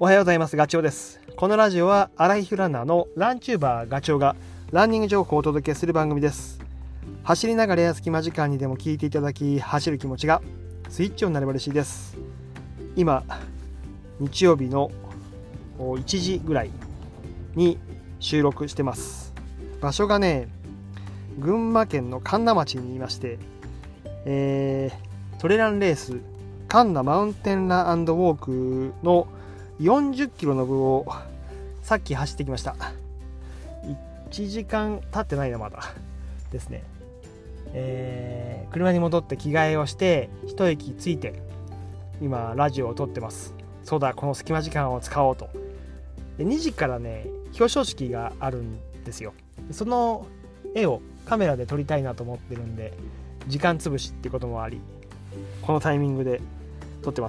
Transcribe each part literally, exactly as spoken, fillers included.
おはようございます。ガチョウです。このラジオはアラヒフランナーのランチューバーガチョウがランニング情報をお届けする番組です。走りながらや隙間時間にでも聞いていただき、走る気持ちがスイッチオンになれば嬉しいです。今日曜日のいちじぐらいに収録してます。場所がね、群馬県の神流町にいまして、えー、トレランレース神流マウンテンラン&ウォークのよんじゅっキロの部をさっき走ってきました。いちじかん経ってないなまだですね。えー、車に戻って着替えをして一息ついて今ラジオを撮ってます。そうだ、この隙間時間を使おうと。でにじからね、表彰式があるんですよ。その絵をカメラで撮りたいなと思ってるんで、時間つぶしってこともあり、このタイミングで撮ってます。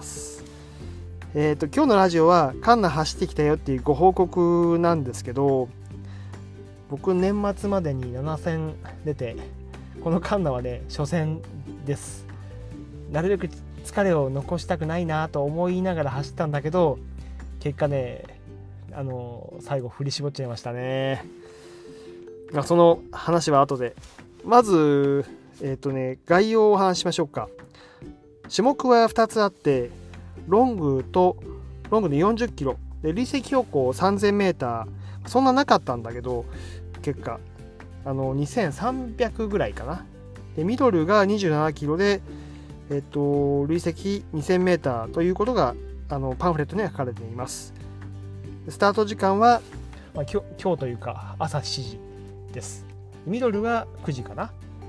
えーと、今日のラジオはカンナ走ってきたよっていうご報告なんですけど、僕年末までになな戦出て、このカンナはね初戦です。なるべく疲れを残したくないなと思いながら走ったんだけど、結果ね、あの最後振り絞っちゃいましたね。その話は後で。まずえっとね概要をお話ししましょうか。種目はふたつあって、ロングとロングでよんじゅっキロで累積標高さんぜんメーター、そんななかったんだけど、結果あのにせんさんびゃくぐらいかな。でミドルがにじゅうななキロで、えっと、累積にせんメーターということがあのパンフレットには書かれています。スタート時間は、まあ、今日、今日というか朝しちじです。ミドルはくじかな。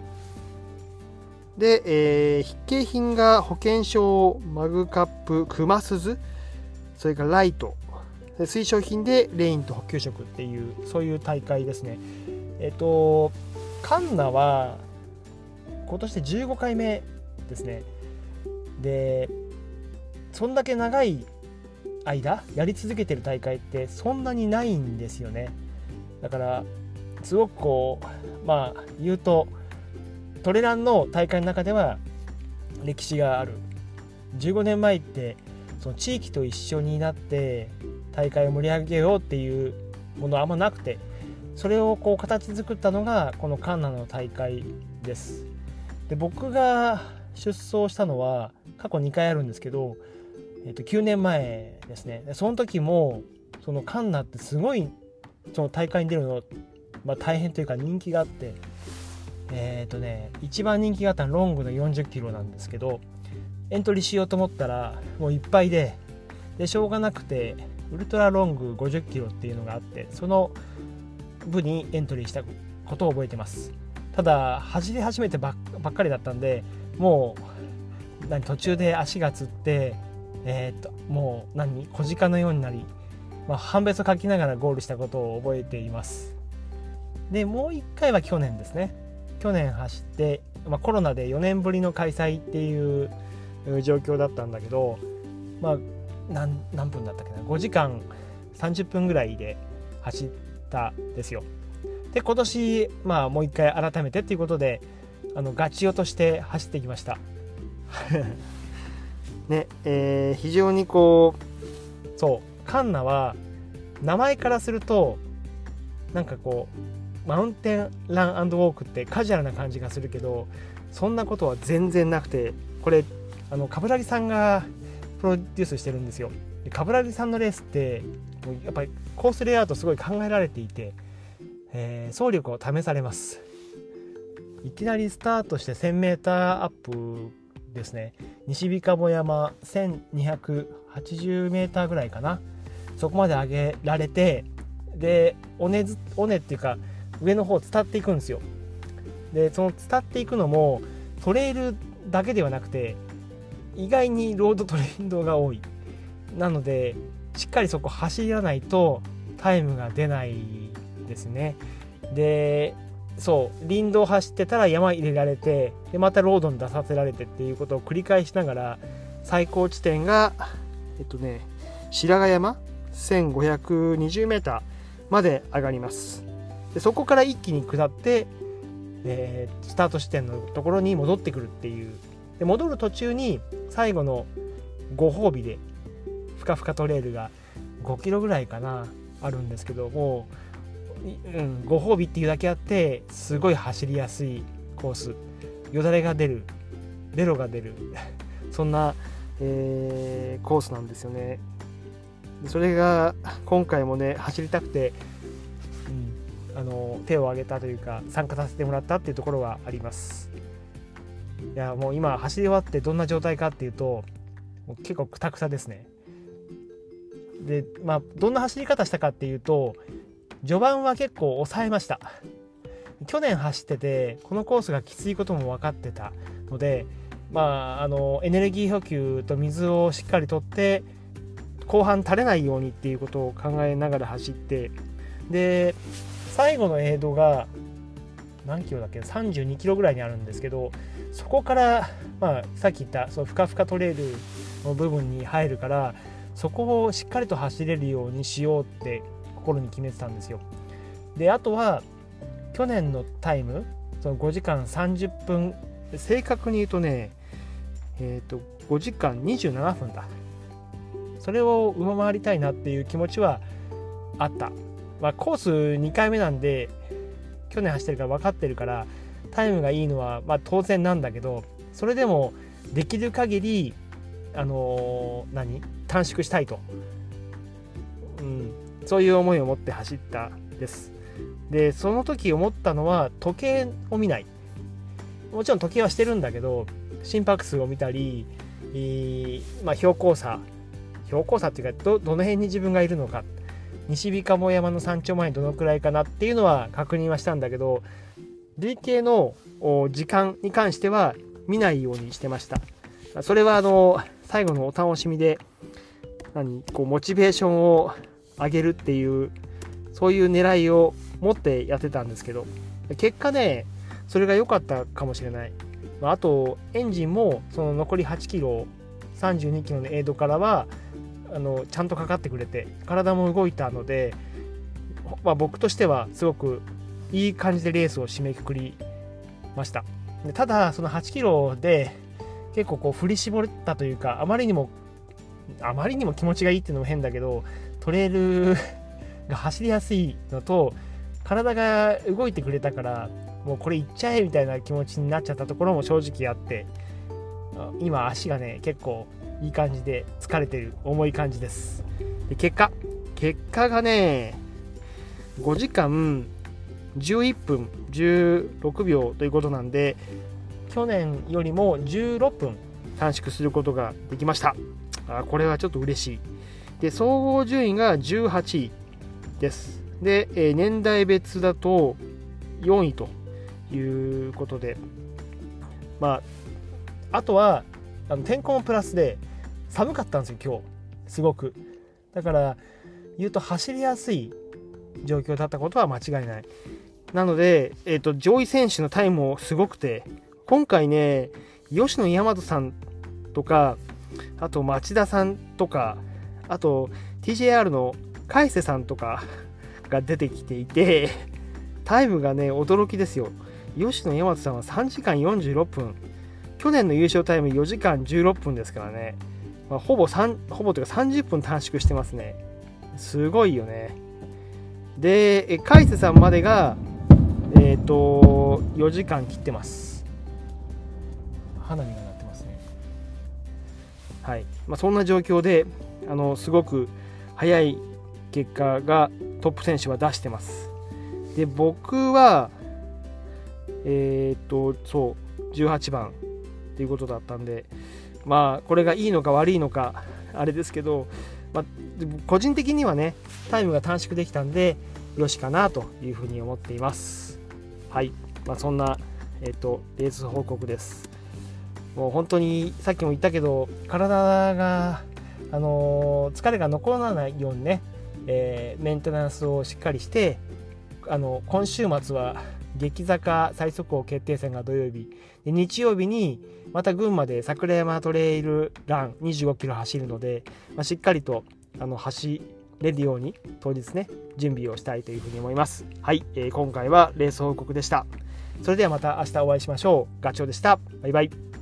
で、えー、筆記品が保険証、マグカップ、熊鈴、それからライト、推奨品でレインと補給食っていう、そういう大会ですね。えっとカンナは今年でじゅうごかいめですね。でそんだけ長い間やり続けてる大会ってそんなにないんですよね。だからすごくこうまあ言うと、トレランの大会の中では歴史がある。じゅうごねんまえってその地域と一緒になって大会を盛り上げようっていうものはあんまなくて、それをこう形作ったのがこのカンナの大会です。で僕が出走したのは過去にかいあるんですけど、えっと、きゅうねんまえですね。その時もそのカンナってすごいその大会に出るの、まあ、大変というか人気があって、えっとね一番人気があったのはロングのよんじゅっキロなんですけど、エントリーしようと思ったらもういっぱいででしょうがなくて、ウルトラロングごじゅっキロっていうのがあって、その部にエントリーしたことを覚えてます。ただ走り始めてば っ, ばっかりだったんで、もう何途中で足がつって、えー、っともう何小鹿のようになり、まあ、判別を書きながらゴールしたことを覚えています。でもういっかいは去年ですね。去年走って、まあ、コロナでよねんぶりの開催っていう状況だったんだけど、まあ 何, 何分だったっけな、ごじかんさんじゅっぷんぐらいで走ったですよ。で今年、まあ、もう一回改めてっていうことで、あのガチオとして走ってきましたね。えー、非常にこうそうカンナは名前からするとなんかこうマウンテンラン&ウォークってカジュアルな感じがするけど、そんなことは全然なくて、これあの冠城さんがプロデュースしてるんですよ。で冠城さんのレースってやっぱりコースレイアウトすごい考えられていて、えー、走力を試されます。いきなりスタートして せんメーターアップですね。西日鴨山せんにひゃくはちじゅうメーターぐらいかな、そこまで上げられて、で尾根ず尾根っていうか上の方を伝っていくんですよ。でその伝っていくのもトレイルだけではなくて、意外にロードトレインドが多い。なのでしっかりそこ走らないとタイムが出ないですね。でそう林道を走ってたら山入れられて、でまたロードに出させられてっていうことを繰り返しながら、最高地点がえっとね白髪山せんごひゃくにじゅうメーターまで上がります。でそこから一気に下って、えー、スタート地点のところに戻ってくるっていう。で戻る途中に最後のご褒美でふかふかトレイルがごキロぐらいかなあるんですけども、うん、ご褒美っていうだけあってすごい走りやすいコース、よだれが出る、ベロが出るそんな、えー、コースなんですよね。それが今回もね走りたくて、うん、あの手を挙げたというか参加させてもらったっていうところはあります。いやもう今走り終わってどんな状態かっていうと、もう結構クタクタですね。でまあどんな走り方したかっていうと、序盤は結構抑えました。去年走っててこのコースがきついことも分かってたので、まああのエネルギー補給と水をしっかりとって後半垂れないようにっていうことを考えながら走って、で最後のエイドが何キロだっけ、さんじゅうにキロぐらいにあるんですけど、そこから、まあ、さっき言ったそのふかふかトレイルの部分に入るから、そこをしっかりと走れるようにしようって心に決めてたんですよ。であとは去年のタイム、そのごじかんさんじゅっぷん、正確に言うとね、えーとごじかんにじゅうななふんだ。それを上回りたいなっていう気持ちはあった。まあ、コースにかいめなんで去年走ってるから分かってるからタイムがいいのはまあ当然なんだけど、それでもできる限りあのー、何短縮したいと、うん、そういう思いを持って走ったです。でその時思ったのは時計を見ない。もちろん時計はしてるんだけど心拍数を見たり、えーまあ、標高差標高差っていうか ど, どの辺に自分がいるのか、西日鴨山の山頂前にどのくらいかなっていうのは確認はしたんだけど、累計の時間に関しては見ないようにしてました。それはあの最後のお楽しみで何こうモチベーションを上げるっていうそういう狙いを持ってやってたんですけど、結果ねそれが良かったかもしれない。あとエンジンもその残りはちキロさんじゅうにキロのエイドからはあのちゃんとかかってくれて体も動いたので、まあ、僕としてはすごくいい感じでレースを締めくくりました。でただそのはちキロで結構こう振り絞ったというか、あまりにもあまりにも気持ちがいいっていうのも変だけど、トレイルが走りやすいのと体が動いてくれたからもうこれいっちゃえみたいな気持ちになっちゃったところも正直あって、今足がね結構いい感じで疲れてる重い感じです。で結果結果がねごじかんじゅういっぷんじゅうろくびょうということなんで、去年よりもじゅうろっぷん短縮することができました。あこれはちょっと嬉しい。で総合順位がじゅうはちいです。で、えー、年代別だとよんいということで、まああとはあの天候もプラスで寒かったんですよ今日すごく。だから言うと走りやすい状況だったことは間違いない。なので、えーと、上位選手のタイムもすごくて、今回ね吉野大和さんとか、あと町田さんとか、あと ティージェーアール の海瀬さんとかが出てきていて、タイムがね驚きですよ。吉野大和さんはさんじかんよんじゅうろっぷん、去年の優勝タイムよじかんじゅうろっぷんですからね、まあ、ほぼ3ほぼというかさんじゅっぷん短縮してますね。すごいよね。で海瀬さんまでがえっとよじかん切ってます。花火が鳴ってますね。はい、まあ、そんな状況であのすごく早い結果がトップ選手は出してます。で僕はえっとそうじゅうはちばんっていうことだったんで、まあこれがいいのか悪いのかあれですけど、まあ、個人的にはねタイムが短縮できたんでよしかなというふうに思っています。はい、まあ、そんな、えーと、レース報告です。もう本当にさっきも言ったけど体が、あのー、疲れが残らないようにね、えー、メンテナンスをしっかりして、あの今週末は激坂最速王決定戦が土曜日で、日曜日にまた群馬で桜山トレイルランにじゅうごキロ走るので、まあ、しっかりとあの走れるように当日ね準備をしたいというふうに思います。はい、えー、今回はレース報告でした。それではまた明日お会いしましょう。ガチョウでした。バイバイ。